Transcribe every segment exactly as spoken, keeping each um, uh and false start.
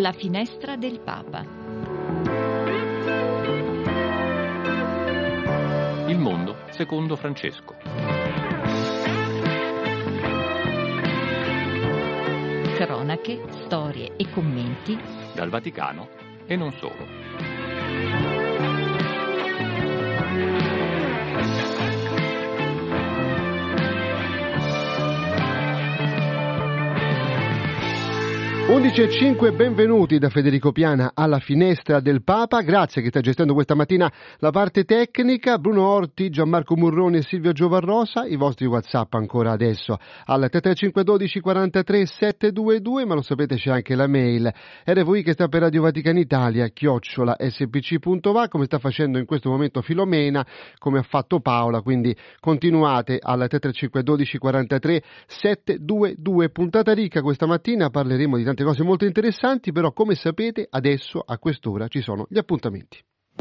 alla finestra del Papa. Il mondo secondo Francesco. Cronache, storie e commenti Dal Vaticano e non solo. undici e cinque, benvenuti da Federico Piana alla finestra del Papa. Grazie che sta gestendo questa mattina la parte tecnica. Bruno Orti, Gianmarco Murroni e Silvio Giovarrosa. I vostri WhatsApp ancora adesso al tre tre cinque uno due quarantatré settecentoventidue, ma lo sapete c'è anche la mail R V I che sta per Radio Vaticana Italia chiocciola s p c punto v a, come sta facendo in questo momento Filomena, come ha fatto Paola, quindi continuate al tre tre cinque uno due quarantatré settecentoventidue. Puntata ricca questa mattina, parleremo di tante cose molto interessanti, però come sapete adesso a quest'ora ci sono gli appuntamenti.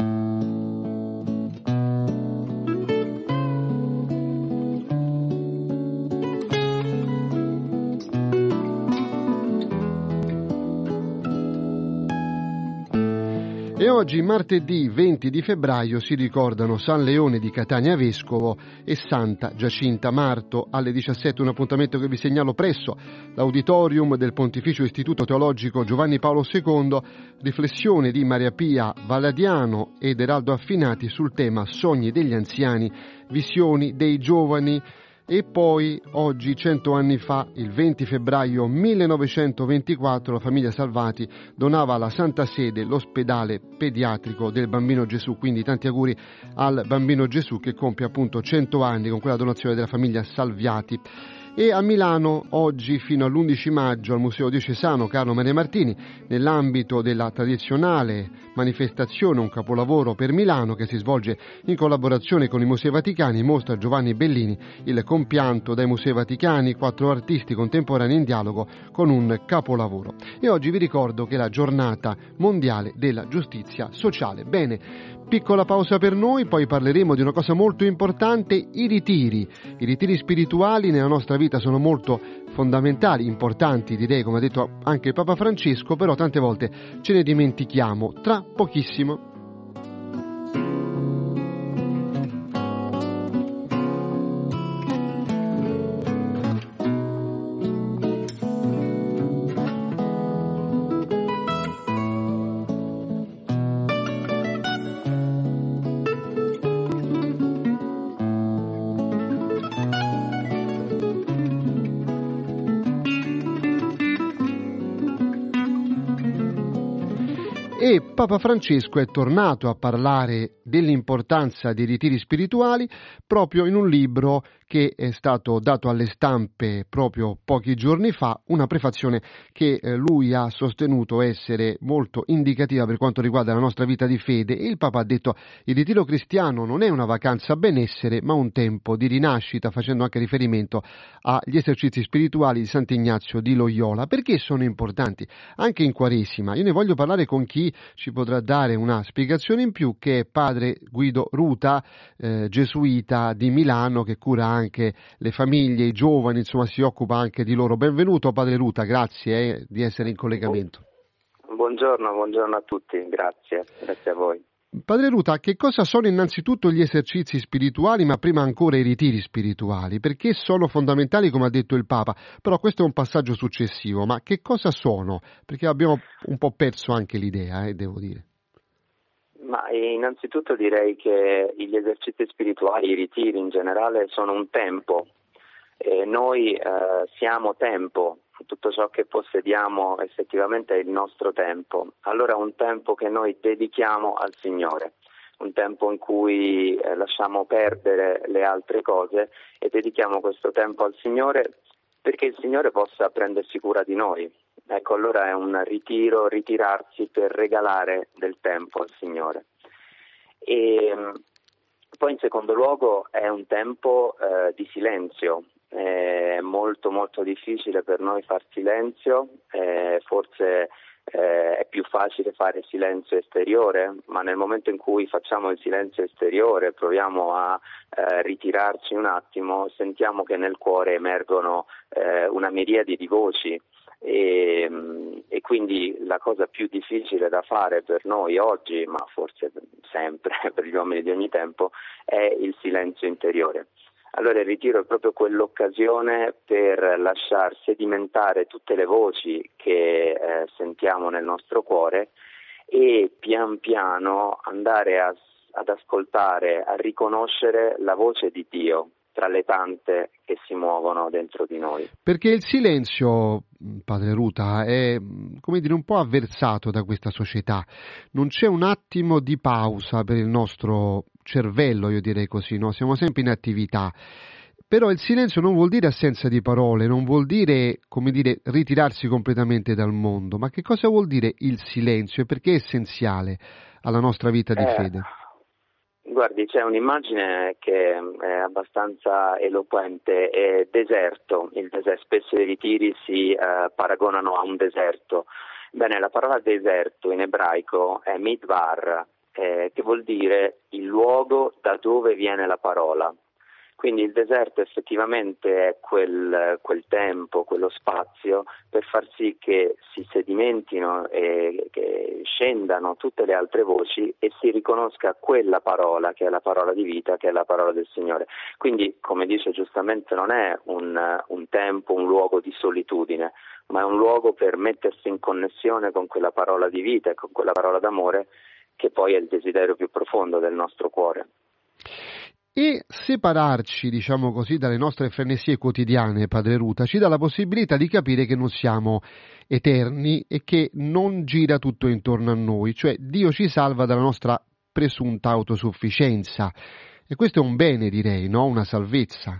E oggi, martedì venti di febbraio, si ricordano San Leone di Catania Vescovo e Santa Giacinta Marto. Alle diciassette un appuntamento che vi segnalo presso l'auditorium del Pontificio Istituto Teologico Giovanni Paolo secondo, riflessione di Maria Pia Valladiano ed Eraldo Affinati sul tema Sogni degli anziani, visioni dei giovani. E poi oggi, cento anni fa, il venti febbraio millenovecentoventiquattro, la famiglia Salvati donava alla Santa Sede l'ospedale pediatrico del Bambino Gesù, quindi tanti auguri al Bambino Gesù che compie appunto cento anni con quella donazione della famiglia Salviati. E a Milano oggi fino all'undici maggio al Museo Diocesano Carlo Maria Martini, nell'ambito della tradizionale manifestazione Un capolavoro per Milano che si svolge in collaborazione con i Musei Vaticani, mostra Giovanni Bellini il compianto dai Musei Vaticani, quattro artisti contemporanei in dialogo con un capolavoro. E oggi vi ricordo che è la giornata mondiale della giustizia sociale. Bene, piccola pausa per noi, poi parleremo di una cosa molto importante, i ritiri. I ritiri spirituali nella nostra vita sono molto fondamentali, importanti direi, come ha detto anche Papa Francesco, però tante volte ce ne dimentichiamo. Tra pochissimo. E Papa Francesco è tornato a parlare dell'importanza dei ritiri spirituali proprio in un libro che è stato dato alle stampe proprio pochi giorni fa, una prefazione che eh, lui ha sostenuto essere molto indicativa per quanto riguarda la nostra vita di fede. E il Papa ha detto: il ritiro cristiano non è una vacanza a benessere, ma un tempo di rinascita, facendo anche riferimento agli esercizi spirituali di Sant'Ignazio di Loyola. Perché sono importanti? Anche in Quaresima. Io ne voglio parlare con chi ci potrà dare una spiegazione in più, che è padre Guido Ruta, eh, gesuita di Milano, che cura anche le famiglie, i giovani, insomma si occupa anche di loro. Benvenuto padre Ruta, grazie eh, di essere in collegamento. Buongiorno, buongiorno a tutti, grazie, grazie a voi. Padre Ruta, che cosa sono innanzitutto gli esercizi spirituali, ma prima ancora i ritiri spirituali? Perché sono fondamentali, come ha detto il Papa, però questo è un passaggio successivo, ma che cosa sono? Perché abbiamo un po' perso anche l'idea, eh, devo dire. Ma innanzitutto direi che gli esercizi spirituali, i ritiri in generale, sono un tempo. E noi eh, siamo tempo, tutto ciò che possediamo effettivamente è il nostro tempo. Allora un tempo che noi dedichiamo al Signore, un tempo in cui eh, lasciamo perdere le altre cose e dedichiamo questo tempo al Signore perché il Signore possa prendersi cura di noi. Ecco, allora è un ritiro, ritirarsi per regalare del tempo al Signore. E poi in secondo luogo è un tempo eh, di silenzio. È molto molto difficile per noi far silenzio, eh, forse eh, è più facile fare silenzio esteriore, ma nel momento in cui facciamo il silenzio esteriore, proviamo a eh, ritirarci un attimo, sentiamo che nel cuore emergono eh, una miriade di voci e, e quindi la cosa più difficile da fare per noi oggi, ma forse sempre per gli uomini di ogni tempo, è il silenzio interiore. Allora il ritiro è proprio quell'occasione per lasciar sedimentare tutte le voci che eh, sentiamo nel nostro cuore e pian piano andare a, ad ascoltare, a riconoscere la voce di Dio tra le tante che si muovono dentro di noi. Perché il silenzio, padre Ruta, è, come dire, un po' avversato da questa società. Non c'è un attimo di pausa per il nostro cervello, io direi così, no? Siamo sempre in attività. Però il silenzio non vuol dire assenza di parole, non vuol dire, come dire, ritirarsi completamente dal mondo. Ma che cosa vuol dire il silenzio e perché è essenziale alla nostra vita di eh... fede? Guardi, c'è un'immagine che è abbastanza eloquente, è deserto. Il deserto, spesso i ritiri si eh, paragonano a un deserto. Bene, la parola deserto in ebraico è midbar, eh, che vuol dire il luogo da dove viene la parola. Quindi il deserto effettivamente è quel, quel tempo, quello spazio per far sì che si sedimentino e che scendano tutte le altre voci e si riconosca quella parola che è la parola di vita, che è la parola del Signore. Quindi, come dice giustamente, non è un, un tempo, un luogo di solitudine, ma è un luogo per mettersi in connessione con quella parola di vita e con quella parola d'amore che poi è il desiderio più profondo del nostro cuore. E separarci, diciamo così, dalle nostre frenesie quotidiane, padre Ruta, ci dà la possibilità di capire che non siamo eterni e che non gira tutto intorno a noi, cioè Dio ci salva dalla nostra presunta autosufficienza. E questo è un bene, direi, no? Una salvezza.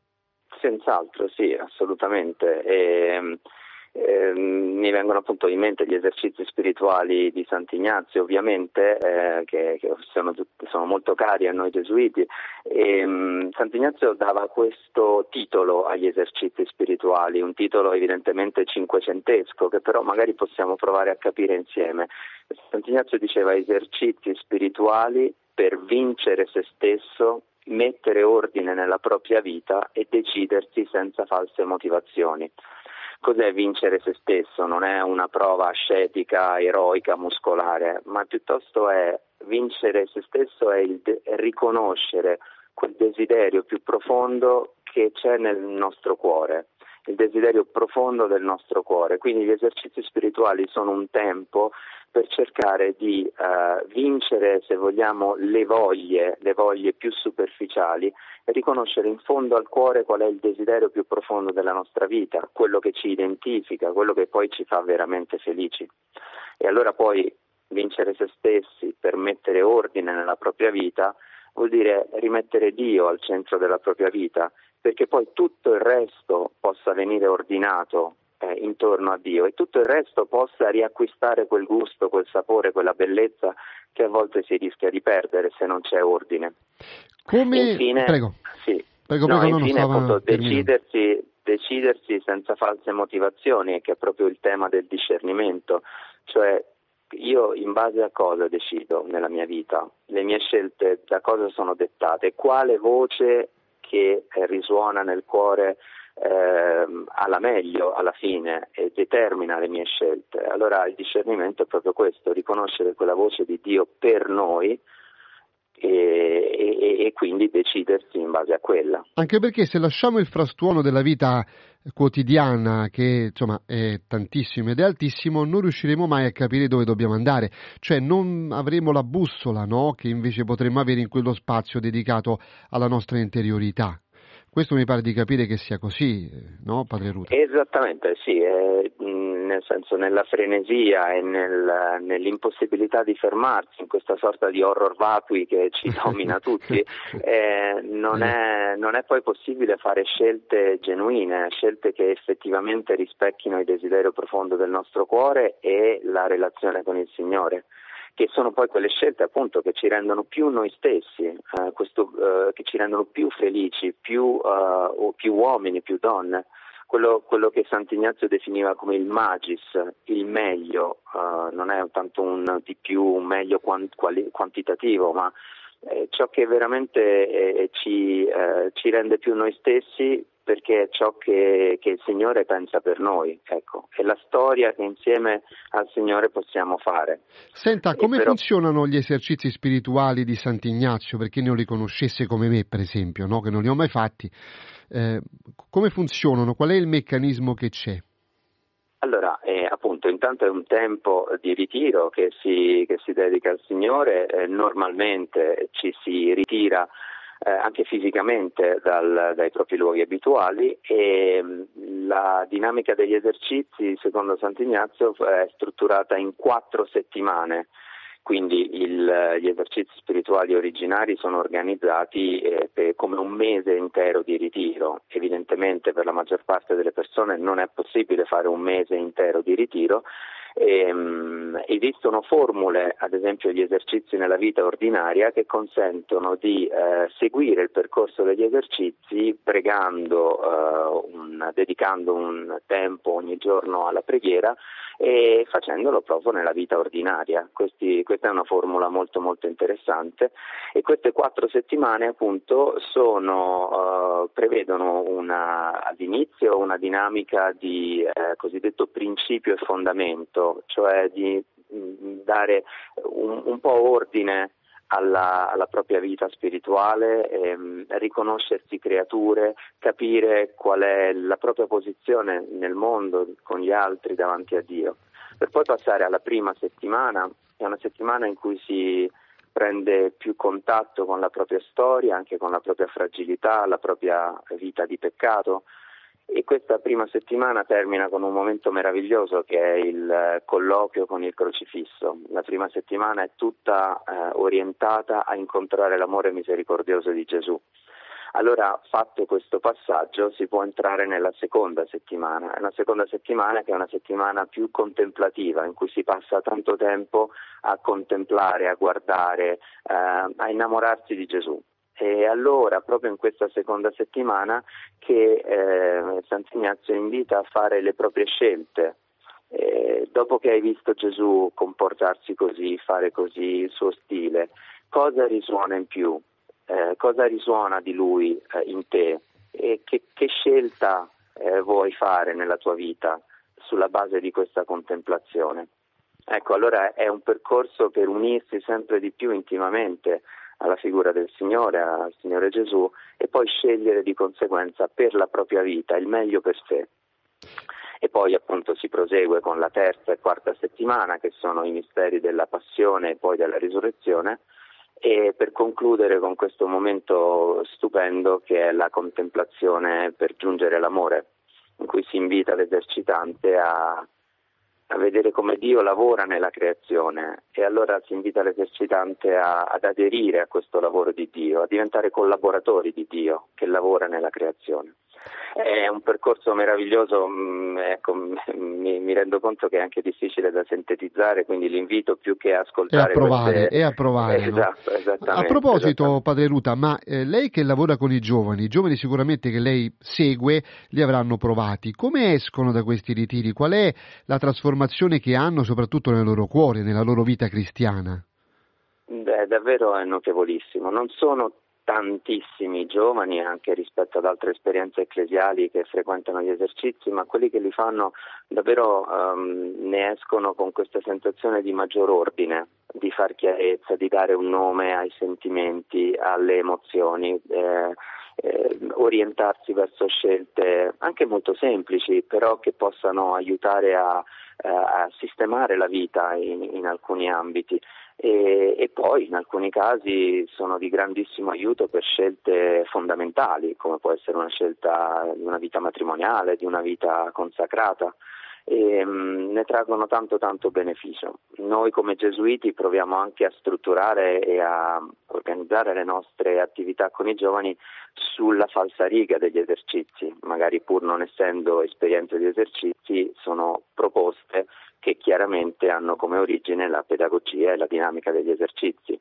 Senz'altro, sì, assolutamente. E, eh, mi vengono appunto in mente gli esercizi spirituali di Sant'Ignazio, ovviamente, eh, che, che sono, sono molto cari a noi gesuiti. E, um, Sant'Ignazio dava questo titolo agli esercizi spirituali, un titolo evidentemente cinquecentesco, che però magari possiamo provare a capire insieme. Sant'Ignazio diceva esercizi spirituali per vincere se stesso, mettere ordine nella propria vita e decidersi senza false motivazioni. Cos'è vincere se stesso? Non è una prova ascetica, eroica, muscolare, ma piuttosto è vincere se stesso, è il de- riconoscere quel desiderio più profondo che c'è nel nostro cuore, il desiderio profondo del nostro cuore. Quindi gli esercizi spirituali sono un tempo per cercare di uh, vincere, se vogliamo, le voglie, le voglie più superficiali e riconoscere in fondo al cuore qual è il desiderio più profondo della nostra vita, quello che ci identifica, quello che poi ci fa veramente felici. E allora poi vincere se stessi per mettere ordine nella propria vita vuol dire rimettere Dio al centro della propria vita, perché poi tutto il resto possa venire ordinato eh, intorno a Dio e tutto il resto possa riacquistare quel gusto, quel sapore, quella bellezza che a volte si rischia di perdere se non c'è ordine. Come... Infine, prego. Sì. Prego, no, prego, infine no, appunto decidersi, decidersi senza false motivazioni, che è proprio il tema del discernimento, cioè io in base a cosa decido nella mia vita, le mie scelte da cosa sono dettate, quale voce che eh, risuona nel cuore eh, alla meglio alla fine e determina le mie scelte. Allora il discernimento è proprio questo, riconoscere quella voce di Dio per noi e, e, e quindi decidersi in base a quella. Anche perché se lasciamo il frastuono della vita quotidiana, che insomma è tantissimo ed è altissimo, non riusciremo mai a capire dove dobbiamo andare, cioè non avremo la bussola, no? Che invece potremmo avere in quello spazio dedicato alla nostra interiorità. Questo mi pare di capire che sia così, no, padre Ruta? Esattamente, sì, eh, nel senso nella frenesia e nel, nell'impossibilità di fermarsi in questa sorta di horror vacui che ci domina tutti, eh, non, è, non è poi possibile fare scelte genuine, scelte che effettivamente rispecchino il desiderio profondo del nostro cuore e la relazione con il Signore, che sono poi quelle scelte appunto che ci rendono più noi stessi, eh, questo, eh, che ci rendono più felici, più, uh, più uomini, più donne. Quello, quello che Sant'Ignazio definiva come il magis, il meglio, uh, non è tanto un di più, un meglio quant, quali, quantitativo, ma eh, ciò che veramente eh, ci, eh, ci rende più noi stessi perché è ciò che, che il Signore pensa per noi, ecco, è la storia che insieme al Signore possiamo fare. Senta, come però... funzionano gli esercizi spirituali di Sant'Ignazio, per chi non li conoscesse come me, per esempio, no? Che non li ho mai fatti, eh, come funzionano? Qual è il meccanismo che c'è? Allora, eh, appunto, intanto è un tempo di ritiro che si, che si dedica al Signore, eh, normalmente ci si ritira eh, anche fisicamente dal, dai propri luoghi abituali e mh, la dinamica degli esercizi, secondo Sant'Ignazio, è strutturata in quattro settimane. Quindi il, gli esercizi spirituali originari sono organizzati eh, per, come un mese intero di ritiro. Evidentemente per la maggior parte delle persone non è possibile fare un mese intero di ritiro. Ehm, esistono formule, ad esempio gli esercizi nella vita ordinaria, che consentono di eh, seguire il percorso degli esercizi pregando, eh, un, dedicando un tempo ogni giorno alla preghiera e facendolo proprio nella vita ordinaria. Questi, questa è una formula molto molto interessante e queste quattro settimane appunto sono, eh, prevedono una, all'inizio una dinamica di eh, cosiddetto principio e fondamento, cioè di mh, dare un, un po' ordine Alla, alla propria vita spirituale, ehm, riconoscersi creature, capire qual è la propria posizione nel mondo, con gli altri, davanti a Dio, per poi passare alla prima settimana, è una settimana in cui si prende più contatto con la propria storia, anche con la propria fragilità, la propria vita di peccato. E questa prima settimana termina con un momento meraviglioso che è il colloquio con il crocifisso. La prima settimana è tutta eh, orientata a incontrare l'amore misericordioso di Gesù. Allora, fatto questo passaggio, si può entrare nella seconda settimana. È una seconda settimana che è una settimana più contemplativa, in cui si passa tanto tempo a contemplare, a guardare, eh, a innamorarsi di Gesù. E allora, proprio in questa seconda settimana, che eh, Sant'Ignazio invita a fare le proprie scelte. Eh, dopo che hai visto Gesù comportarsi così, fare così, il suo stile, cosa risuona in più? Eh, cosa risuona di lui eh, in te? E che, che scelta eh, vuoi fare nella tua vita sulla base di questa contemplazione? Ecco, allora è un percorso per unirsi sempre di più intimamente alla figura del Signore, al Signore Gesù, e poi scegliere di conseguenza per la propria vita il meglio per sé. E poi appunto si prosegue con la terza e quarta settimana, che sono i misteri della passione e poi della risurrezione, e per concludere con questo momento stupendo che è la contemplazione per giungere all'amore, in cui si invita l'esercitante a a vedere come Dio lavora nella creazione, e allora si invita l'esercitante a, ad aderire a questo lavoro di Dio, a diventare collaboratori di Dio che lavora nella creazione. È un percorso meraviglioso, mh, ecco, mi, mi rendo conto che è anche difficile da sintetizzare, quindi l'invito più che a ascoltare e a provare, queste... e a provare. Esatto, no? esattamente. A proposito, esattamente. Padre Ruta, ma eh, lei che lavora con i giovani, i giovani sicuramente che lei segue li avranno provati. Come escono da questi ritiri? Qual è la trasformazione che hanno soprattutto nel loro cuore, nella loro vita cristiana? Beh, davvero è notevolissimo. Non sono tantissimi giovani, anche rispetto ad altre esperienze ecclesiali, che frequentano gli esercizi, ma quelli che li fanno davvero um, ne escono con questa sensazione di maggior ordine, di far chiarezza, di dare un nome ai sentimenti, alle emozioni, eh, eh, orientarsi verso scelte anche molto semplici, però che possano aiutare a, a sistemare la vita in, in alcuni ambiti. E, e poi in alcuni casi sono di grandissimo aiuto per scelte fondamentali, come può essere una scelta di una vita matrimoniale, di una vita consacrata, e mh, ne traggono tanto tanto beneficio. Noi come gesuiti proviamo anche a strutturare e a organizzare le nostre attività con i giovani sulla falsariga degli esercizi, magari pur non essendo esperienze di esercizi, sono proposte che chiaramente hanno come origine la pedagogia e la dinamica degli esercizi,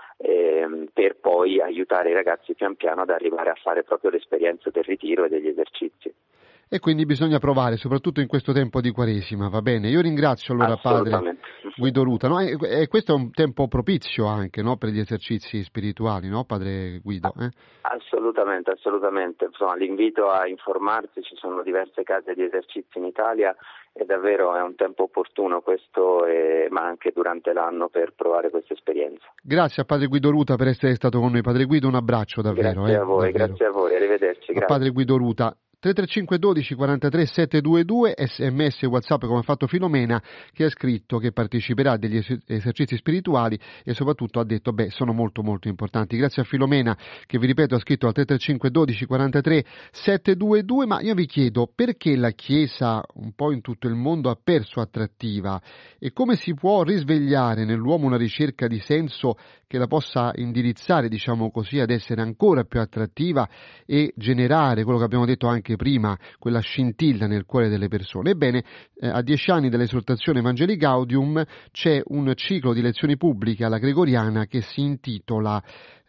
ehm, per poi aiutare i ragazzi pian piano ad arrivare a fare proprio l'esperienza del ritiro e degli esercizi. E quindi bisogna provare, soprattutto in questo tempo di Quaresima, va bene? Io ringrazio allora padre Guido Ruta, no? E, e questo è un tempo propizio anche, no? Per gli esercizi spirituali, no, padre Guido? Eh? Assolutamente, assolutamente. Insomma, l'invito a informarsi, ci sono diverse case di esercizi in Italia e davvero è un tempo opportuno questo, eh, ma anche durante l'anno per provare questa esperienza. Grazie a padre Guido Ruta per essere stato con noi. Padre Guido, un abbraccio davvero. Grazie eh? a voi, davvero. grazie a voi, arrivederci. A padre Guido Ruta. tre tre cinque uno due quattro tre sette due due, sms e WhatsApp come ha fatto Filomena, che ha scritto che parteciperà a degli es- esercizi spirituali e soprattutto ha detto beh sono molto molto importanti. Grazie a Filomena che vi ripeto ha scritto al tre tre cinque uno due quattro tre sette due due. Ma io vi chiedo perché la Chiesa un po' in tutto il mondo ha perso attrattiva e come si può risvegliare nell'uomo una ricerca di senso che la possa indirizzare, diciamo così, ad essere ancora più attrattiva e generare quello che abbiamo detto anche prima, quella scintilla nel cuore delle persone. Ebbene, eh, a dieci anni dall'esortazione Evangelii Gaudium c'è un ciclo di lezioni pubbliche alla Gregoriana che si intitola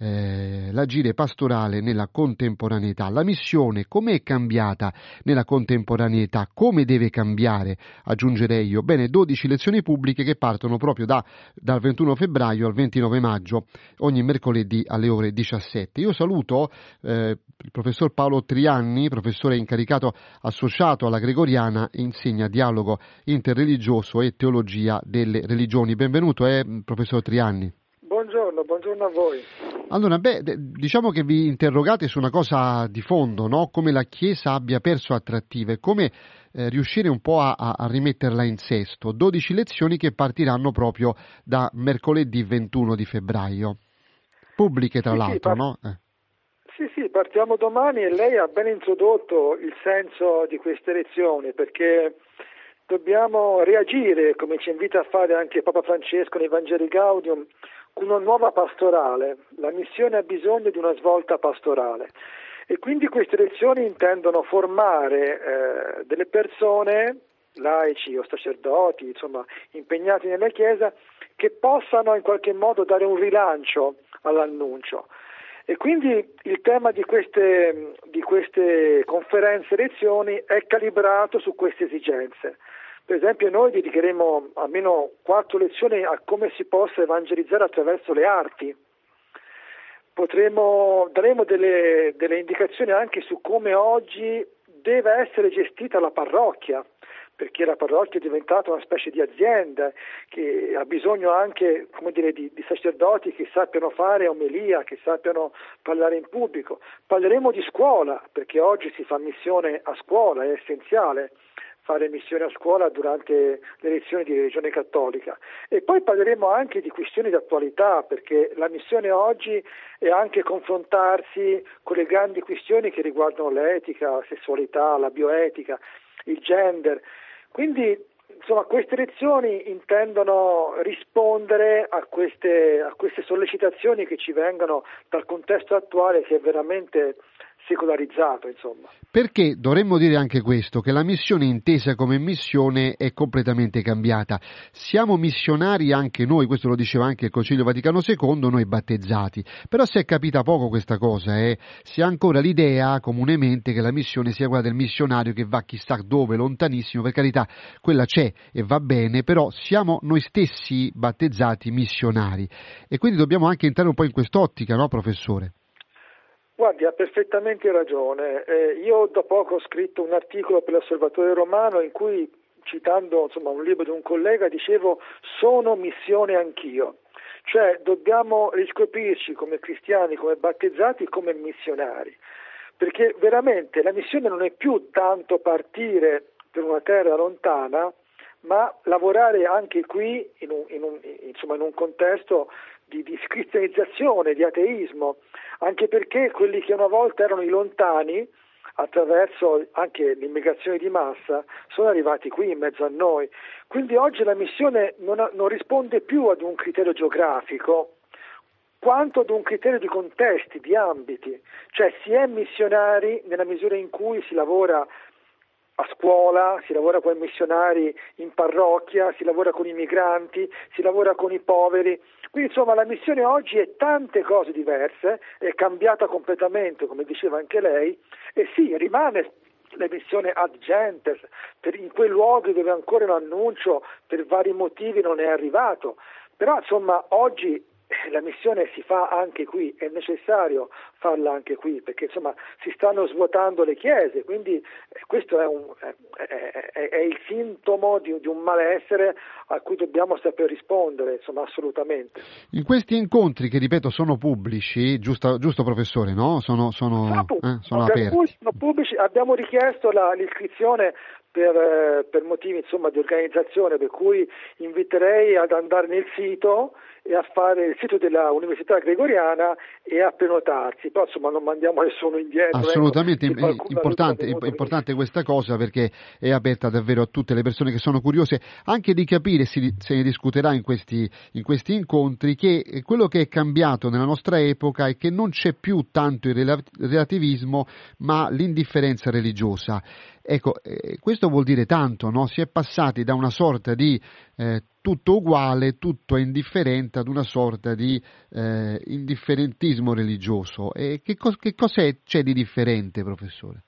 eh, L'agire pastorale nella contemporaneità. La missione come è cambiata nella contemporaneità? Come deve cambiare? Aggiungerei io. Bene, dodici lezioni pubbliche che partono proprio da, dal ventuno febbraio al ventinove maggio, ogni mercoledì alle ore diciassette. Io saluto eh, il professor Paolo Trianni, professore incaricato associato alla Gregoriana e insegna dialogo interreligioso e teologia delle religioni. Benvenuto, eh, professor Trianni. Buongiorno, buongiorno a voi. Allora, beh, diciamo che vi interrogate su una cosa di fondo, no? Come la Chiesa abbia perso attrattiva e come eh, riuscire un po' a, a rimetterla in sesto. dodici lezioni che partiranno proprio da mercoledì ventuno di febbraio. Pubbliche, tra sì, l'altro, sì, part- no? Eh. Sì, sì, partiamo domani e lei ha ben introdotto il senso di queste lezioni, perché dobbiamo reagire, come ci invita a fare anche Papa Francesco nei Evangelii Gaudium, con una nuova pastorale. La missione ha bisogno di una svolta pastorale e quindi queste lezioni intendono formare eh, delle persone, laici o sacerdoti, insomma impegnati nella Chiesa, che possano in qualche modo dare un rilancio all'annuncio. E quindi il tema di queste, di queste conferenze e lezioni è calibrato su queste esigenze. Per esempio noi dedicheremo almeno quattro lezioni a come si possa evangelizzare attraverso le arti. Potremo, daremo delle, delle indicazioni anche su come oggi deve essere gestita la parrocchia, perché la parrocchia è diventata una specie di azienda che ha bisogno anche, come dire, di, di sacerdoti che sappiano fare omelia, che sappiano parlare in pubblico. Parleremo di scuola, perché oggi si fa missione a scuola, è essenziale fare missione a scuola durante le lezioni di religione cattolica. E poi parleremo anche di questioni di attualità, perché la missione oggi è anche confrontarsi con le grandi questioni che riguardano l'etica, la sessualità, la bioetica, il gender. Quindi, insomma, queste lezioni intendono rispondere a queste, a queste sollecitazioni che ci vengono dal contesto attuale, che è veramente secolarizzato, insomma. Perché dovremmo dire anche questo, che la missione intesa come missione è completamente cambiata. Siamo missionari anche noi, questo lo diceva anche il Concilio Vaticano secondo, noi battezzati. Però si è capita poco questa cosa, eh? Si ha ancora l'idea comunemente che la missione sia quella del missionario che va chissà dove, lontanissimo, per carità, quella c'è e va bene, però siamo noi stessi battezzati missionari. E quindi dobbiamo anche entrare un po' in quest'ottica, no, professore? Guardi, ha perfettamente ragione. Eh, io da poco ho scritto un articolo per l'Osservatore Romano in cui, citando insomma un libro di un collega, dicevo sono missione anch'io. Cioè dobbiamo riscoprirci come cristiani, come battezzati, come missionari. Perché veramente la missione non è più tanto partire per una terra lontana, ma lavorare anche qui in un, in un, insomma, in un contesto di, di cristianizzazione, di ateismo, anche perché quelli che una volta erano i lontani, attraverso anche l'immigrazione di massa, sono arrivati qui in mezzo a noi. Quindi oggi la missione non, ha, non risponde più ad un criterio geografico, quanto ad un criterio di contesti, di ambiti. Cioè si è missionari nella misura in cui si lavora a scuola, si lavora con i missionari in parrocchia, si lavora con i migranti, si lavora con i poveri. Quindi insomma la missione oggi è tante cose diverse, è cambiata completamente, come diceva anche lei, e sì, rimane l'emissione ad gentes, per in quei luoghi dove ancora l'annuncio per vari motivi non è arrivato. Però insomma oggi la missione si fa anche qui, è necessario farla anche qui, perché insomma si stanno svuotando le chiese, quindi questo è, un, è, è, è il sintomo di, di un malessere a cui dobbiamo saper rispondere, insomma, assolutamente. In questi incontri, che ripeto sono pubblici, giusto, giusto professore, no? Sono, sono, sono, pubblici, eh, sono sono aperti. Sono pubblici, abbiamo richiesto la, l'iscrizione per, per motivi insomma di organizzazione, per cui inviterei ad andare nel sito e a fare il sito della Università Gregoriana e a prenotarsi, poi insomma non mandiamo nessuno indietro. Assolutamente, ecco, è importante, è importante questa cosa, perché è aperta davvero a tutte le persone che sono curiose anche di capire, si, se ne discuterà in questi, in questi incontri, che quello che è cambiato nella nostra epoca è che non c'è più tanto il relativismo ma l'indifferenza religiosa. Ecco, eh, questo vuol dire tanto, no? Si è passati da una sorta di eh, tutto uguale, tutto è indifferente, ad una sorta di eh, indifferentismo religioso. E che, cos- che cos'è c'è di differente, professore?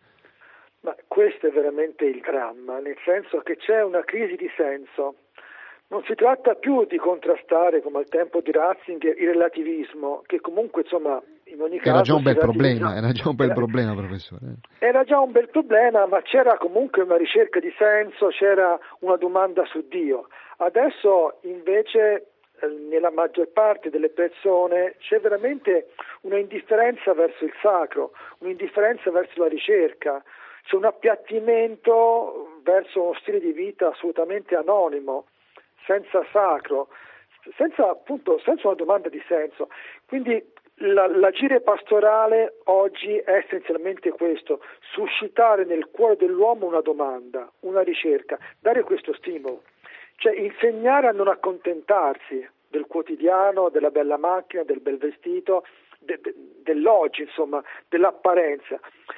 Ma questo è veramente il dramma, nel senso che c'è una crisi di senso. Non si tratta più di contrastare, come al tempo di Ratzinger, il relativismo, che comunque insomma in ogni caso... Era già un bel problema, era già un bel era, problema, professore. Era già un bel problema, ma c'era comunque una ricerca di senso, c'era una domanda su Dio. Adesso invece nella maggior parte delle persone c'è veramente una indifferenza verso il sacro, un'indifferenza verso la ricerca, c'è un appiattimento verso uno stile di vita assolutamente anonimo, senza sacro, senza appunto senza una domanda di senso. Quindi la, l'agire pastorale oggi è essenzialmente questo: suscitare nel cuore dell'uomo una domanda, una ricerca, dare questo stimolo, cioè insegnare a non accontentarsi del quotidiano, della bella macchina, del bel vestito, de, de, dell'oggi, insomma, dell'apparenza.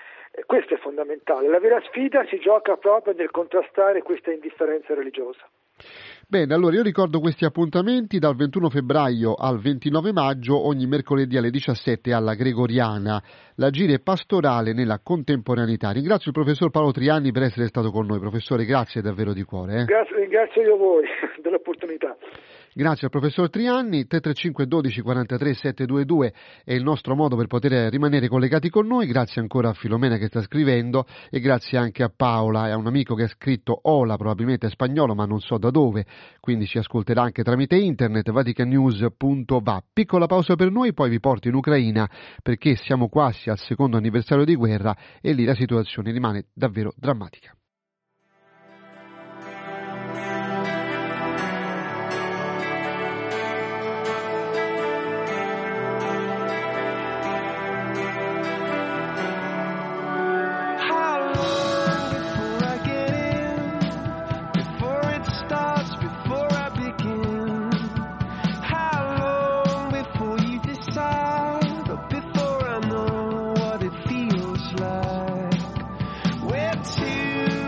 E questo è fondamentale. La vera sfida si gioca proprio nel contrastare questa indifferenza religiosa. Bene, allora io ricordo questi appuntamenti dal ventuno febbraio al ventinove maggio, ogni mercoledì alle diciassette alla Gregoriana, l'agire pastorale nella contemporaneità. Ringrazio il professor Paolo Trianni per essere stato con noi. Professore, grazie davvero di cuore. Eh. Grazie, ringrazio io voi dell'opportunità. Grazie al professor Trianni. Tre tre cinque uno due quarantatré settecentoventidue è il nostro modo per poter rimanere collegati con noi. Grazie ancora a Filomena che sta scrivendo e grazie anche a Paola e a un amico che ha scritto Ola, probabilmente è spagnolo ma non so da dove, quindi ci ascolterà anche tramite internet, vaticanews punto va. Piccola pausa per noi, poi vi porto in Ucraina perché siamo quasi al secondo anniversario di guerra e lì la situazione rimane davvero drammatica. Where to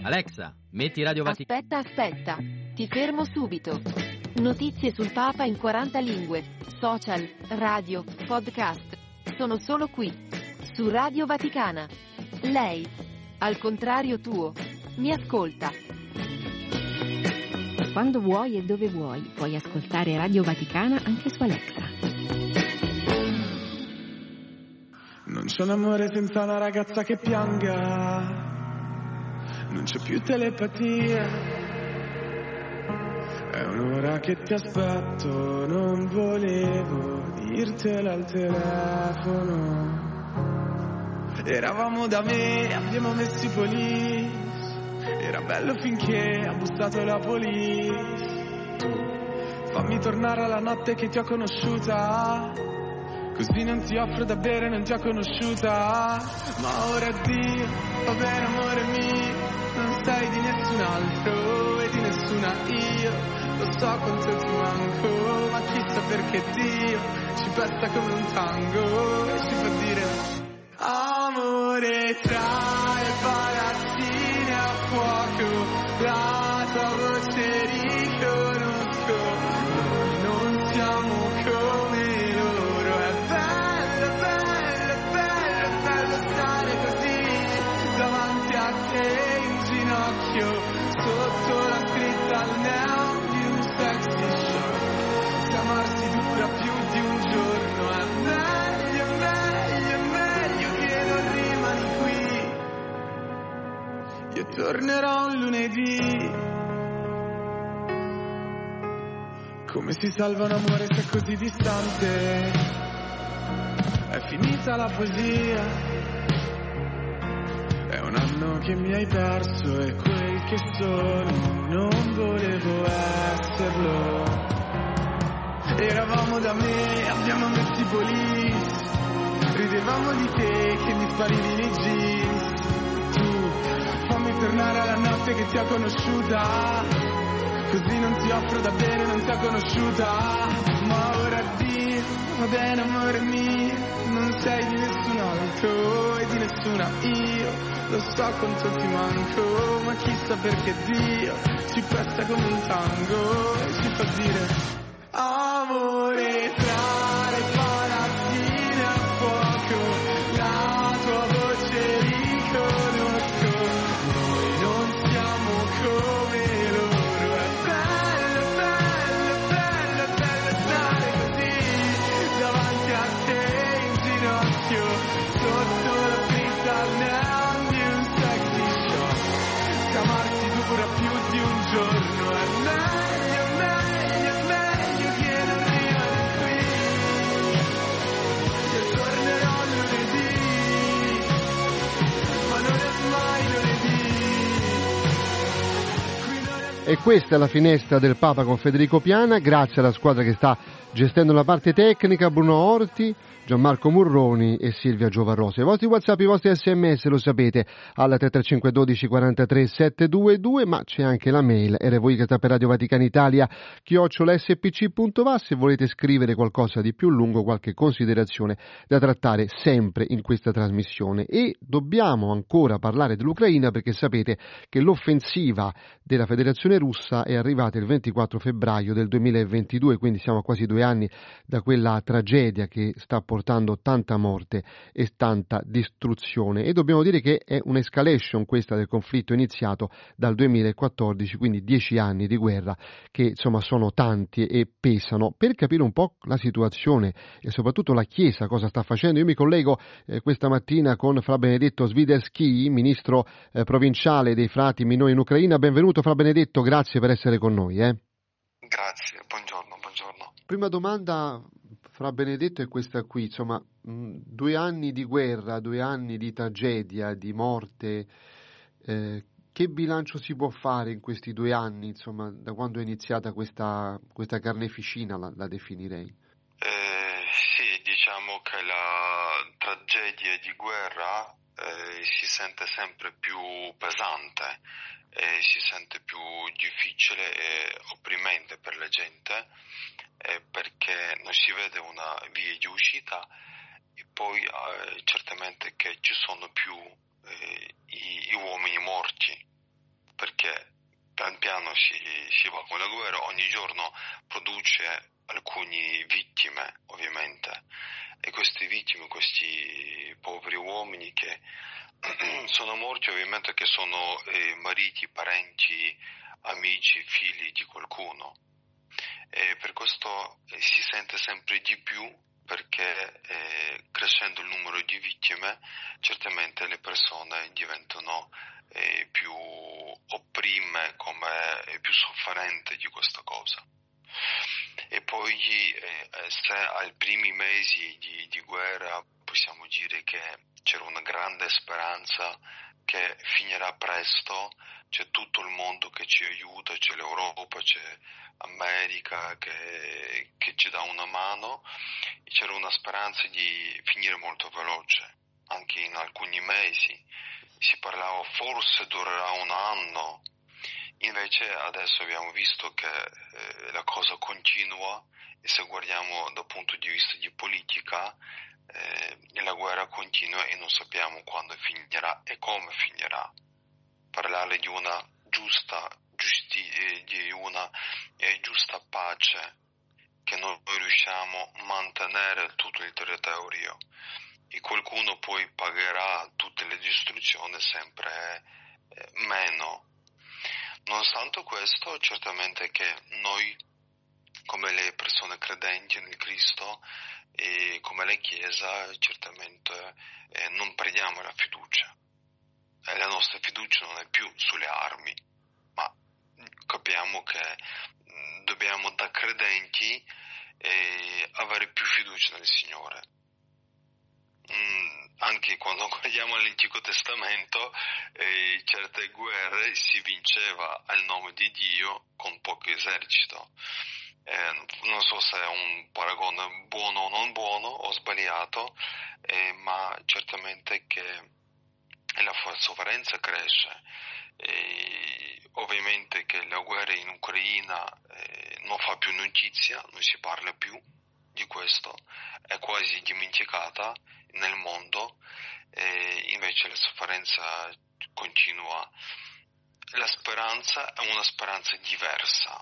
Alexa, metti Radio Vaticano. Aspetta, aspetta. Ti fermo subito. Notizie sul Papa in quaranta lingue. Social, radio, podcast. Sono solo qui. Su Radio Vaticana. Lei, al contrario tuo, mi ascolta. Quando vuoi e dove vuoi, puoi ascoltare Radio Vaticana anche su Alexa. Non c'è un amore senza una ragazza che pianga, non c'è più telepatia, è un'ora che ti aspetto, non volevo dirtelo al telefono. Eravamo da me, abbiamo messo i police, era bello finché ha bussato la police. Tu, fammi tornare alla notte che ti ho conosciuta, così non ti offro da bere, non ti ho conosciuta. Ma ora addio, va bene amore mio, non sei di nessun altro e di nessuna io. Lo so quanto ti manco, ma chissà perché Dio ci pesta come un tango e ci fa dire amore tra le palazzine a fuoco, la tua voce riconosco, noi non siamo come loro. È bello, bello, bello, bello stare così davanti a te in ginocchio, sotto la scritta al neon di un sexy show. Se amarsi dura più di un giorno è meglio, meglio, meglio che non rimani qui. Io tornerò un lunedì. Come si salva un amore se è così distante? È finita la poesia. È un anno che mi hai perso e quel che sono non volevo esserlo. Eravamo da me, abbiamo messo i police, ridevamo di te che mi sparivi nei jeans. Tu, fammi tornare alla notte che ti ho conosciuta, così non ti offro da bere, non ti ho conosciuta. Ma ora addio, va bene amore mio, non sei di nessun altro e di nessuna io. Lo so quanto ti manco, ma chissà perché Dio ci presta come un tango e ci fa dire amore tra le palazzine a fuoco, la tua voce riconosco, noi non siamo come loro. È bello, bello, bello, bello stare così davanti a te in ginocchio, sotto la scritta al neon di un sexy show. Se amarsi dura più di un giorno è meglio, meglio, meglio che non rimani qui. Io tornerò lunedì, ma non è mai lunedì. Qui non è... E questa è la finestra del Papa con Federico Piana, grazie alla squadra che sta gestendo la parte tecnica, Bruno Orti, Gianmarco Murroni e Silvia Giovarrosa. I vostri WhatsApp, i vostri sms lo sapete alla tre tre cinque uno due quarantatré settecentoventidue, ma c'è anche la mail R V I che sta per Radio Vaticana Italia chiocciola s p c punto va se volete scrivere qualcosa di più lungo, qualche considerazione da trattare sempre in questa trasmissione. E dobbiamo ancora parlare dell'Ucraina, perché sapete che l'offensiva della Federazione Russa è arrivata il ventiquattro febbraio del duemilaventidue, quindi siamo a quasi due anni da quella tragedia che sta portando portando tanta morte e tanta distruzione, e dobbiamo dire che è un'escalation questa del conflitto iniziato dal duemilaquattordici, quindi dieci anni di guerra che insomma sono tanti e pesano. Per capire un po' la situazione e soprattutto la Chiesa cosa sta facendo, io mi collego eh, questa mattina con Fra Benedetto Swiderski, ministro eh, provinciale dei frati minori in Ucraina. Benvenuto Fra Benedetto, grazie per essere con noi. Eh. Grazie, buongiorno, buongiorno. Prima domanda, Fra Benedetto, è questa qui, insomma, mh, due anni di guerra, due anni di tragedia, di morte, eh, che bilancio si può fare in questi due anni, insomma, da quando è iniziata questa, questa carneficina, la, la definirei? Eh, sì, diciamo che la tragedia di guerra eh, si sente sempre più pesante, e si sente più difficile e opprimente per la gente, eh, perché non si vede una via di uscita, e poi eh, certamente che ci sono più eh, i, i uomini morti, giorno si, si va con la guerra, ogni giorno produce alcune vittime, ovviamente, e queste vittime, questi poveri uomini che sono morti, ovviamente che sono eh, mariti, parenti, amici, figli di qualcuno. E per questo eh, si sente sempre di più, perché eh, crescendo il numero di vittime, certamente le persone diventano eh, più opprime, come eh, più sofferenti di questa cosa. E poi eh, se ai primi mesi di, di guerra possiamo dire che c'era una grande speranza che finirà presto, c'è tutto il mondo che ci aiuta, c'è l'Europa, c'è America che, che ci dà una mano, e c'era una speranza di finire molto veloce, anche in alcuni mesi. Si parlava forse durerà un anno, invece adesso abbiamo visto che eh, la cosa continua, e se guardiamo dal punto di vista di politica, eh, la guerra continua e non sappiamo quando finirà e come finirà. Parlare di una giusta giusti- di una eh, giusta pace che noi riusciamo a mantenere tutto il territorio, e qualcuno poi pagherà tutte le distruzioni sempre eh, meno. Nonostante questo, certamente che noi, come le persone credenti nel Cristo e come la Chiesa, certamente eh, non perdiamo la fiducia. E la nostra fiducia non è più sulle armi, ma capiamo che mh, dobbiamo da credenti eh, avere più fiducia nel Signore. Mm, anche quando guardiamo l'Antico Testamento, eh, certe guerre si vinceva al nome di Dio con poco esercito. Eh, non so se è un paragone buono o non buono, o sbagliato, eh, ma certamente che la sofferenza cresce. E ovviamente che la guerra in Ucraina eh, non fa più notizia, non si parla più di questo, è quasi dimenticata nel mondo, e invece la sofferenza continua. La speranza è una speranza diversa,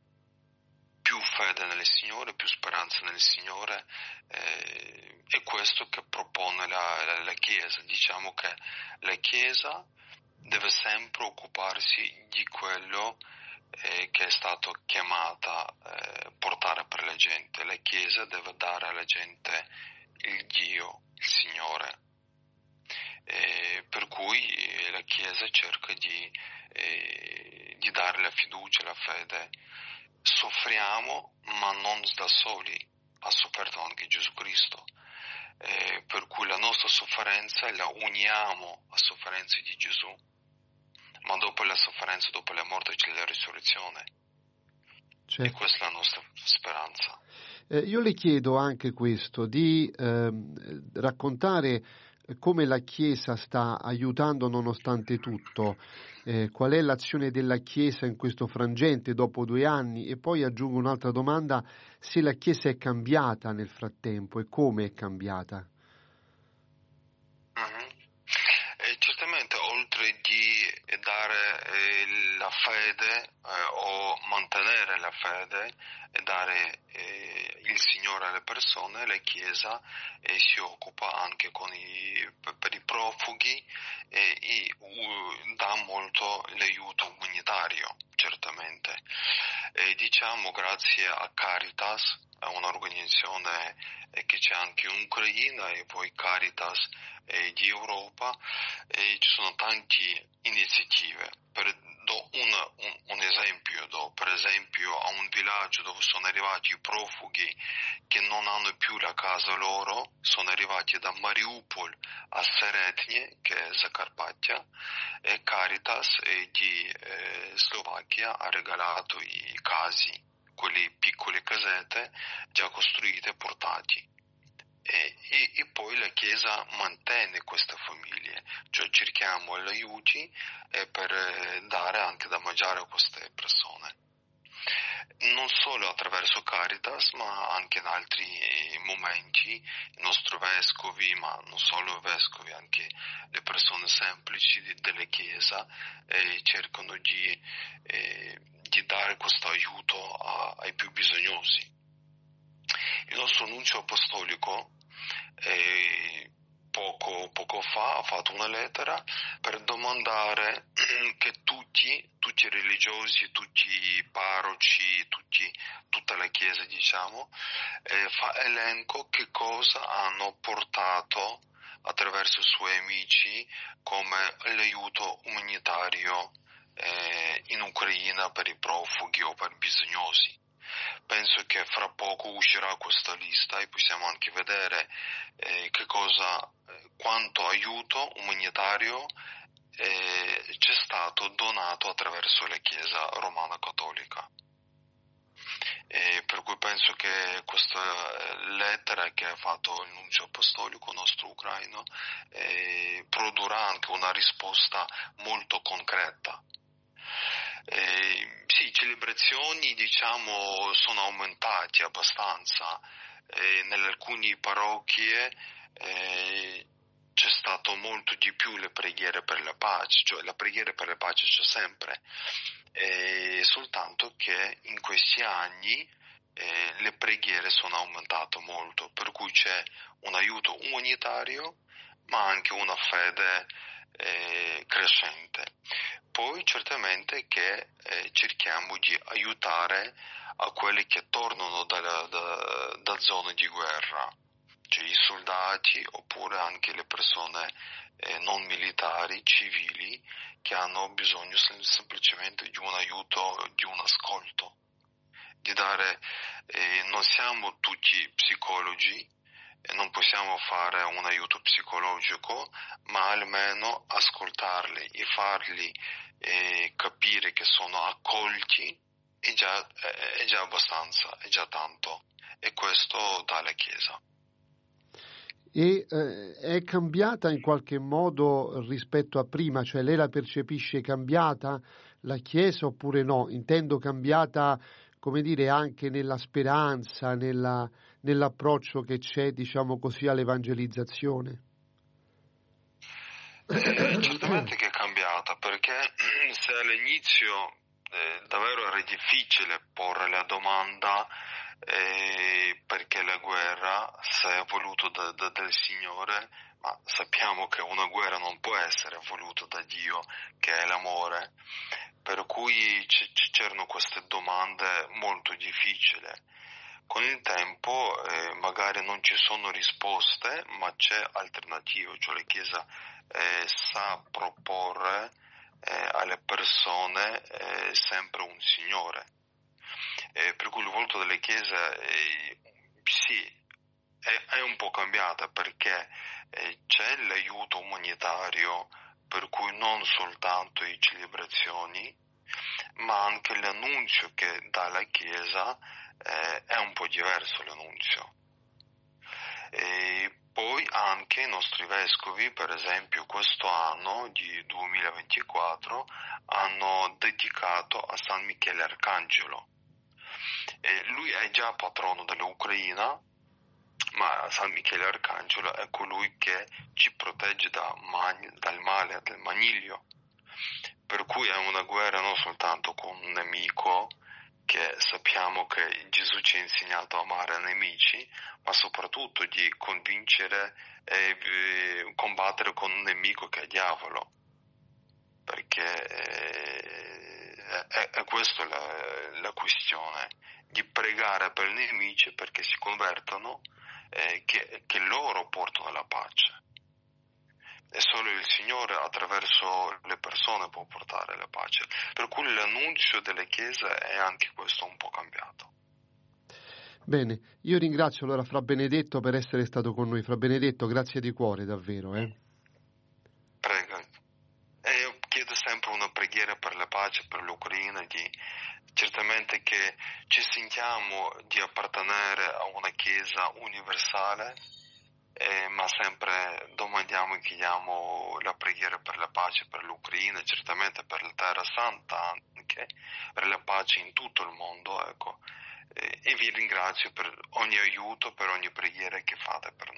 più fede nel Signore, più speranza nel Signore, eh, è questo che propone la, la, la Chiesa. Diciamo che la Chiesa deve sempre occuparsi di quello eh, che è stato chiamata a eh, portare per la gente. La Chiesa deve dare alla gente il Dio, il Signore. Eh, per cui eh, la Chiesa cerca di, eh, di dare la fiducia, la fede. Soffriamo, ma non da soli, ha sofferto anche Gesù Cristo. Eh, per cui la nostra sofferenza la uniamo alla sofferenza di Gesù, ma dopo la sofferenza, dopo la morte c'è la risurrezione. Certo. E questa è la nostra speranza. Eh, io le chiedo anche questo, di eh, raccontare come la Chiesa sta aiutando nonostante tutto, eh, qual è l'azione della Chiesa in questo frangente dopo due anni, e poi aggiungo un'altra domanda, se la Chiesa è cambiata nel frattempo e come è cambiata. Mm-hmm. Eh, certamente, oltre di dare eh, la fede eh, o mantenere la fede e dare eh, il Signore alle persone, la Chiesa eh, si occupa anche con i, per i profughi e, e uh, dà molto l'aiuto umanitario, certamente. E diciamo grazie a Caritas, è un'organizzazione eh, che c'è anche in Ucraina, e poi Caritas eh, di Europa, e ci sono tante iniziative. Per, do un, un, un esempio, do, per esempio a un villaggio dove sono arrivati i profughi che non hanno più la casa loro, sono arrivati da Mariupol a Seretnie, che è Zakarpattia, e Caritas eh, di eh, Slovacchia ha regalato i casi, quelle piccole casette già costruite e portati. E, e, e poi la Chiesa mantiene queste famiglie, cioè cerchiamo gli aiuti eh, per eh, dare anche da mangiare a queste persone, non solo attraverso Caritas ma anche in altri momenti. I nostri vescovi, ma non solo i vescovi, anche le persone semplici di, delle chiese e cercano di, eh, di dare questo aiuto a, ai più bisognosi. Il nostro nunzio apostolico eh, poco, poco fa ha fatto una lettera per domandare che tutti, tutti i religiosi, tutti i parroci, tutti, tutta la Chiesa, diciamo, eh, fa elenco che cosa hanno portato attraverso i suoi amici come l'aiuto umanitario eh, in Ucraina per i profughi o per i bisognosi. Penso che fra poco uscirà questa lista e possiamo anche vedere eh, che cosa, eh, quanto aiuto umanitario eh, c'è stato donato attraverso la Chiesa Romana Cattolica. E per cui penso che questa lettera che ha fatto il nunzio apostolico nostro ucraino eh, produrrà anche una risposta molto concreta. Eh, sì, celebrazioni diciamo sono aumentate abbastanza, eh, nelle alcune parrocchie eh, c'è stato molto di più le preghiere per la pace, cioè la preghiera per la pace c'è sempre, eh, soltanto che in questi anni eh, le preghiere sono aumentate molto, per cui c'è un aiuto umanitario ma anche una fede eh, crescente. Poi certamente che eh, cerchiamo di aiutare a quelli che tornano da, da, da zone di guerra, cioè i soldati oppure anche le persone eh, non militari, civili, che hanno bisogno sem- semplicemente di un aiuto, di un ascolto, di dare, eh, non siamo tutti psicologi, non possiamo fare un aiuto psicologico, ma almeno ascoltarli e farli eh, capire che sono accolti è già, è già abbastanza, è già tanto, e questo dà la Chiesa. E eh, è cambiata in qualche modo rispetto a prima, cioè lei la percepisce cambiata la Chiesa oppure no? Intendo cambiata, come dire, anche nella speranza, nella, nell'approccio che c'è, diciamo così, all'evangelizzazione. Eh, certamente che è cambiata, perché se all'inizio eh, davvero era difficile porre la domanda eh, perché la guerra, se è voluto da, da, dal Signore, ma sappiamo che una guerra non può essere voluta da Dio, che è l'amore, per cui c- c'erano queste domande molto difficili. Con il tempo eh, magari non ci sono risposte, ma c'è alternativa, cioè la Chiesa eh, sa proporre eh, alle persone eh, sempre un Signore. Eh, per cui il volto delle Chiese eh, sì, è, è un po' cambiata, perché eh, c'è l'aiuto umanitario, per cui non soltanto le celebrazioni, ma anche l'annunzio che dà la Chiesa eh, è un po' diverso l'annunzio. E poi anche i nostri vescovi, per esempio questo anno di duemilaventiquattro, hanno dedicato a San Michele Arcangelo. E lui è già patrono dell'Ucraina, ma San Michele Arcangelo è colui che ci protegge da man- dal male, dal maniglio. Per cui è una guerra non soltanto con un nemico, che sappiamo che Gesù ci ha insegnato a amare i nemici, ma soprattutto di convincere e eh, combattere con un nemico che è il diavolo, perché eh, è, è questa la, la questione, di pregare per i nemici perché si convertano, eh, che, che loro portano la pace. E solo il Signore attraverso le persone può portare la pace. Per cui l'annunzio delle chiese è anche questo un po' cambiato. Bene, io ringrazio allora Fra Benedetto per essere stato con noi. Fra Benedetto, grazie di cuore davvero. Eh? Prego. E io chiedo sempre una preghiera per la pace, per l'Ucraina, di certamente che ci sentiamo di appartenere a una chiesa universale, Eh, ma sempre domandiamo e chiediamo la preghiera per la pace, per l'Ucraina, certamente per la Terra Santa, anche per la pace in tutto il mondo, ecco. Eh, e vi ringrazio per ogni aiuto, per ogni preghiera che fate per noi.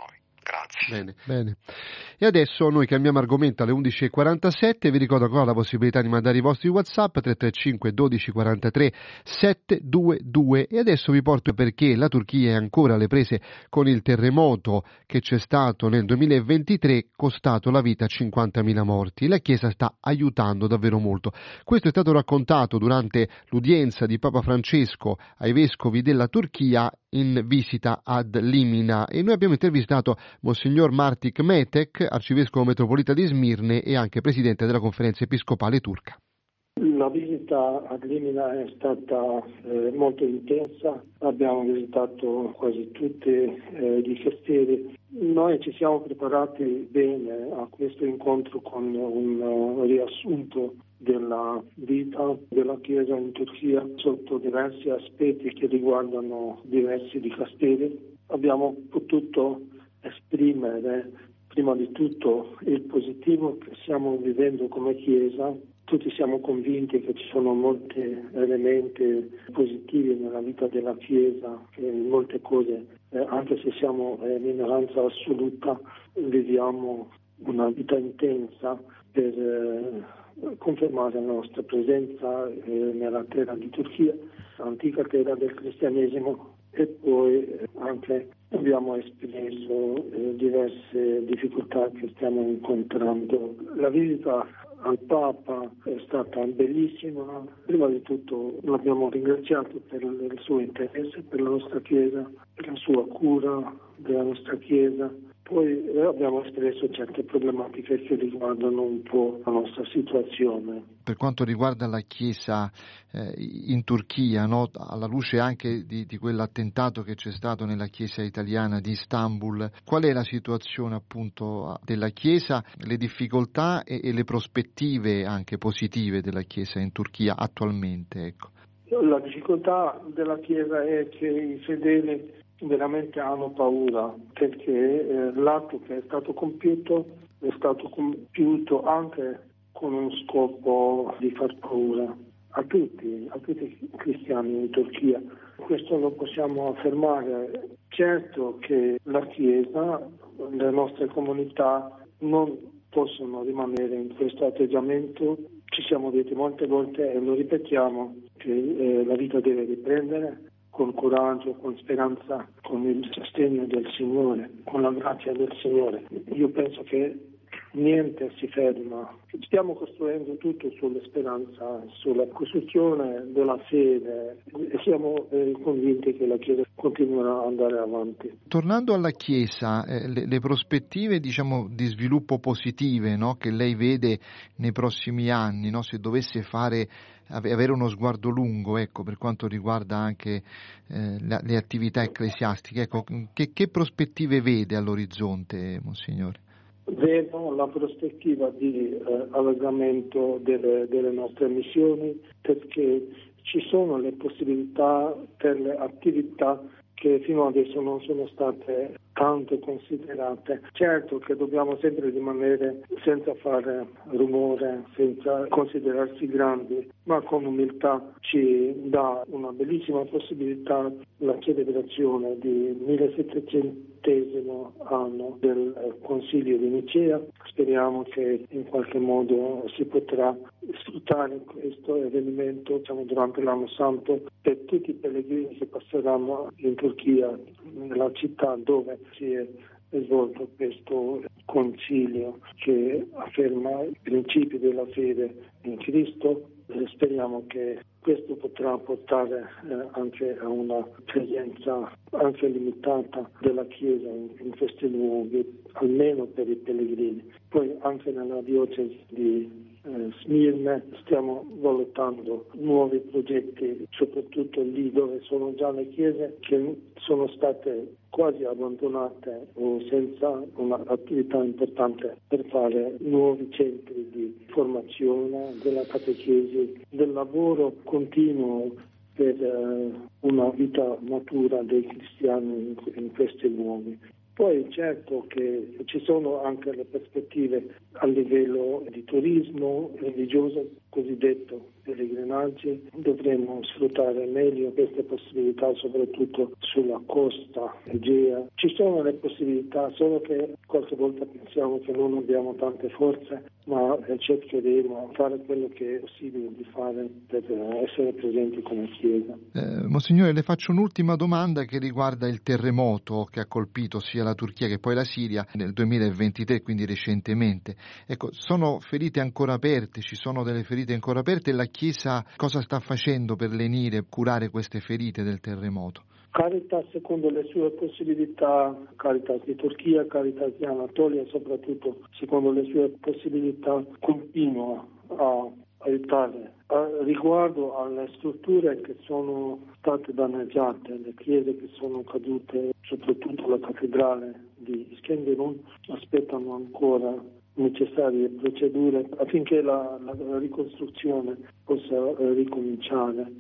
Grazie. Bene, bene. E adesso noi cambiamo argomento alle undici e quarantasette, vi ricordo ancora la possibilità di mandare i vostri WhatsApp tre tre cinque dodici quarantatré settecentoventidue e adesso vi porto perché la Turchia è ancora alle prese con il terremoto che c'è stato nel duemilaventitré, costato la vita a cinquantamila morti. La Chiesa sta aiutando davvero molto. Questo è stato raccontato durante l'udienza di Papa Francesco ai vescovi della Turchia in visita ad Limina e noi abbiamo intervistato Monsignor Martik Metek, arcivescovo metropolita di Smirne e anche presidente della conferenza episcopale turca. La visita ad Limina è stata eh, molto intensa, abbiamo visitato quasi tutti eh, i dicasteri. Noi ci siamo preparati bene a questo incontro con un uh, riassunto della vita della Chiesa in Turchia sotto diversi aspetti che riguardano diversi dicasteri. Abbiamo potuto esprimere prima di tutto il positivo che stiamo vivendo come Chiesa. Tutti siamo convinti che ci sono molti elementi positivi nella vita della Chiesa, che in molte cose, eh, anche se siamo in minoranza assoluta, viviamo una vita intensa per eh, confermare la nostra presenza eh, nella terra di Turchia, antica terra del cristianesimo, e poi eh, anche abbiamo espresso eh, diverse difficoltà che stiamo incontrando. La visita al Papa è stata bellissima. Prima di tutto l'abbiamo ringraziato per il suo interesse per la nostra Chiesa, per la sua cura della nostra Chiesa. Poi abbiamo espresso certe problematiche che riguardano un po' la nostra situazione. Per quanto riguarda la Chiesa eh, in Turchia, no? Alla luce anche di, di quell'attentato che c'è stato nella Chiesa italiana di Istanbul, qual è la situazione appunto della Chiesa, le difficoltà e, e le prospettive anche positive della Chiesa in Turchia attualmente? Ecco. La difficoltà della Chiesa è che i fedeli veramente hanno paura perché eh, l'atto che è stato compiuto è stato compiuto anche con uno scopo di far paura a tutti, a tutti i cristiani in Turchia. Questo lo possiamo affermare. Certo che la Chiesa, le nostre comunità non possono rimanere in questo atteggiamento. Ci siamo detti molte volte e lo ripetiamo che eh, la vita deve riprendere con coraggio, con speranza, con il sostegno del Signore, con la grazia del Signore. Io penso che niente si ferma. Stiamo costruendo tutto sulla speranza, sulla costruzione della fede e siamo eh, convinti che la Chiesa continuerà ad andare avanti. Tornando alla Chiesa, eh, le, le prospettive diciamo di sviluppo positive, no, che lei vede nei prossimi anni, no, se dovesse fare avere uno sguardo lungo, ecco, per quanto riguarda anche eh, le, le attività ecclesiastiche, ecco, che, che prospettive vede all'orizzonte, Monsignore? Vedo la prospettiva di eh, allargamento delle, delle nostre missioni, perché ci sono le possibilità per le attività che fino adesso non sono state tanto considerate. Certo che dobbiamo sempre rimanere senza fare rumore, senza considerarsi grandi, ma con umiltà ci dà una bellissima possibilità la celebrazione di millesettecentesimo anno del Concilio di Nicea. Speriamo che in qualche modo si potrà sfruttare questo avvenimento diciamo, durante l'anno santo per tutti i pellegrini che passeranno in Turchia, nella città dove si è svolto questo concilio che afferma i principi della fede in Cristo. E speriamo che questo potrà portare eh, anche a una presenza anche limitata della Chiesa in, in questi luoghi, almeno per i pellegrini. Poi anche nella diocesi di eh, Smirne stiamo valutando nuovi progetti, soprattutto lì dove sono già le chiese che sono state quasi abbandonate o senza un'attività importante per fare nuovi centri di formazione della catechesi, del lavoro continuo per eh, una vita matura dei cristiani in, in questi luoghi. Poi certo che ci sono anche le prospettive a livello di turismo religioso cosiddetto pellegrinaggio, dovremmo sfruttare meglio queste possibilità soprattutto sulla costa Egea. Ci sono le possibilità, solo che qualche volta pensiamo che non abbiamo tante forze, ma cercheremo di fare quello che è possibile di fare per essere presenti come Chiesa. Eh, Monsignore, le faccio un'ultima domanda che riguarda il terremoto che ha colpito sia la Turchia che poi la Siria nel duemilaventitré, quindi recentemente. Ecco, sono ferite ancora aperte, ci sono delle ferite ancora aperte e la Chiesa cosa sta facendo per lenire, curare queste ferite del terremoto? Caritas, secondo le sue possibilità, Caritas di Turchia, Caritas di Anatolia, soprattutto secondo le sue possibilità, continua a aiutare. Riguardo alle strutture che sono state danneggiate, le chiese che sono cadute, soprattutto la cattedrale di Iskenderun, aspettano ancora necessarie procedure affinché la, la ricostruzione possa ricominciare.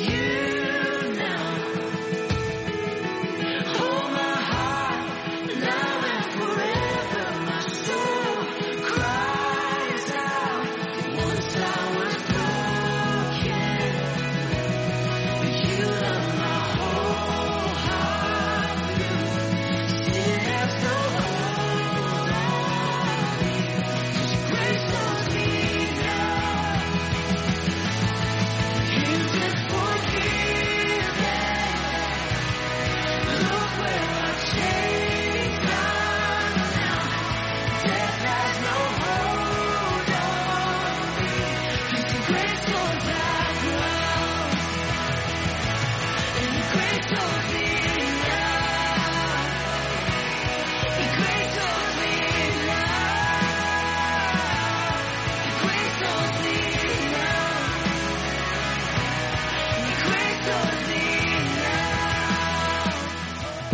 Now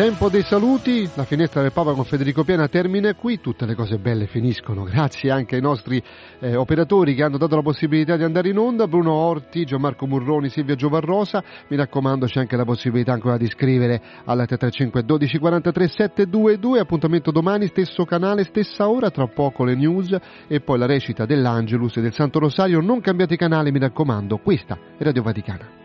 Tempo dei saluti, la finestra del Papa con Federico Piana termina qui, tutte le cose belle finiscono, grazie anche ai nostri eh, operatori che hanno dato la possibilità di andare in onda, Bruno Orti, Gianmarco Murroni, Silvia Giovarrosa, mi raccomando c'è anche la possibilità ancora di scrivere alla tre tre cinque dodici quarantatré settecentoventidue, appuntamento domani, stesso canale, stessa ora, tra poco le news e poi la recita dell'Angelus e del Santo Rosario, non cambiate canale mi raccomando, questa è Radio Vaticana.